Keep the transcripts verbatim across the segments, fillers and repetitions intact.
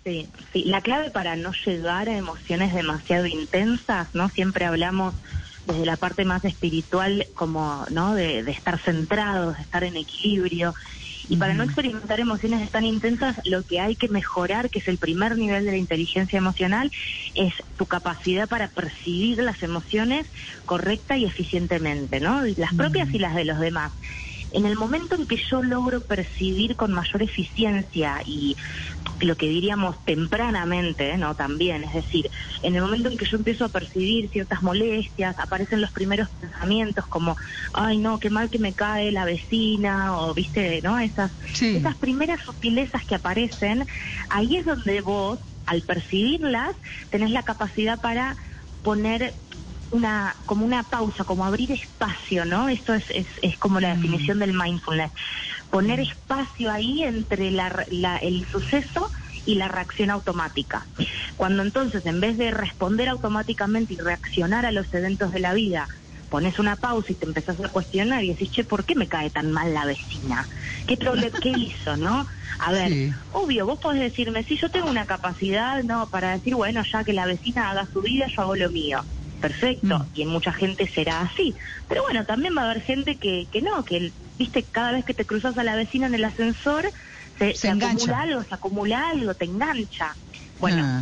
Sí, sí, la clave para no llegar a emociones demasiado intensas, ¿no? Siempre hablamos desde la parte más espiritual, como, ¿no? De, de estar centrados, de estar en equilibrio. Y para no experimentar emociones tan intensas, lo que hay que mejorar, que es el primer nivel de la inteligencia emocional, es tu capacidad para percibir las emociones correcta y eficientemente, ¿no? Las propias y las de los demás. En el momento en que yo logro percibir con mayor eficiencia y lo que diríamos tempranamente, ¿no? También, es decir, en el momento en que yo empiezo a percibir ciertas molestias, aparecen los primeros pensamientos como, ay no, qué mal que me cae la vecina, o viste, ¿no? Esas, sí. esas primeras sutilezas que aparecen, ahí es donde vos, al percibirlas, tenés la capacidad para poner una como una pausa, como abrir espacio, ¿no? Esto es es, es como la definición del mindfulness. Poner espacio ahí entre la, la, el suceso y la reacción automática. Cuando entonces, en vez de responder automáticamente y reaccionar a los eventos de la vida, pones una pausa y te empezás a cuestionar y decís, che, ¿por qué me cae tan mal la vecina? ¿Qué problema, qué hizo, no? A ver, sí. obvio, vos podés decirme, sí, yo tengo una capacidad, no, para decir, bueno, ya que la vecina haga su vida, yo hago lo mío. Perfecto, mm. y en mucha gente será así. Pero bueno, también va a haber gente que, que no, que, viste, cada vez que te cruzas a la vecina en el ascensor, se, se, se acumula algo, se acumula algo, te engancha. Bueno, ah.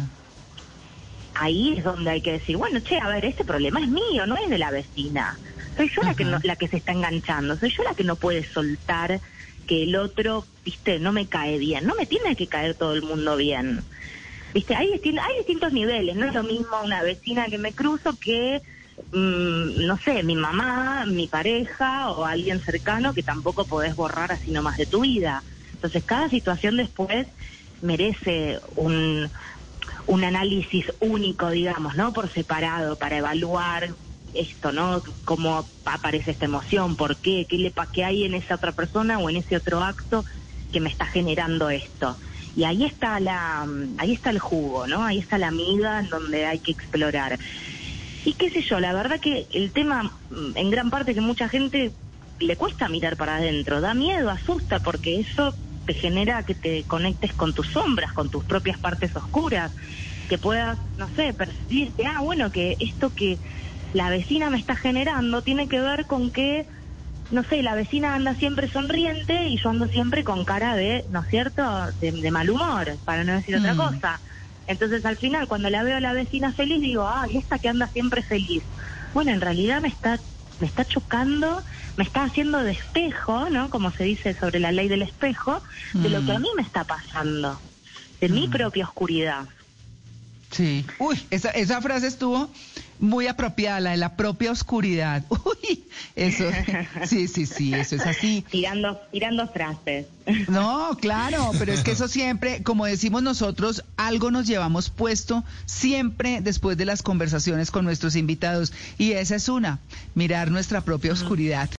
ahí es donde hay que decir, bueno, che, a ver, este problema es mío, no es de la vecina. Soy yo la que, no, la que se está enganchando, soy yo la que no puede soltar que el otro, viste, no me cae bien. No me tiene que caer todo el mundo bien. Viste, hay, distin- hay distintos niveles, no es lo mismo una vecina que me cruzo que, mmm, no sé, mi mamá, mi pareja o alguien cercano que tampoco podés borrar así nomás de tu vida. Entonces cada situación después merece un, un análisis único, digamos, ¿no? Por separado, para evaluar esto, ¿no? Cómo aparece esta emoción, por qué, qué, le, qué hay en esa otra persona o en ese otro acto que me está generando esto. Y ahí está la, ahí está el jugo, ¿no? Ahí está la miga en donde hay que explorar. Y qué sé yo, la verdad que el tema, en gran parte que mucha gente le cuesta mirar para adentro, da miedo, asusta, porque eso te genera que te conectes con tus sombras, con tus propias partes oscuras, que puedas, no sé, percibir que, ah, bueno, que esto que la vecina me está generando tiene que ver con que, no sé, la vecina anda siempre sonriente y yo ando siempre con cara de, ¿no es cierto?, de, de mal humor, para no decir mm. otra cosa. Entonces al final cuando la veo a la vecina feliz digo, ah, y esta que anda siempre feliz. Bueno, en realidad me está me está chocando, me está haciendo de espejo, ¿no?, como se dice sobre la ley del espejo, de mm. lo que a mí me está pasando, de mm. mi propia oscuridad. Sí. Uy, esa, esa frase estuvo muy apropiada, la de la propia oscuridad. Uy, eso, sí, sí, sí, eso es así. Tirando, tirando frases. No, claro, pero es que eso siempre, como decimos nosotros, algo nos llevamos puesto siempre después de las conversaciones con nuestros invitados. Y esa es una, mirar nuestra propia oscuridad.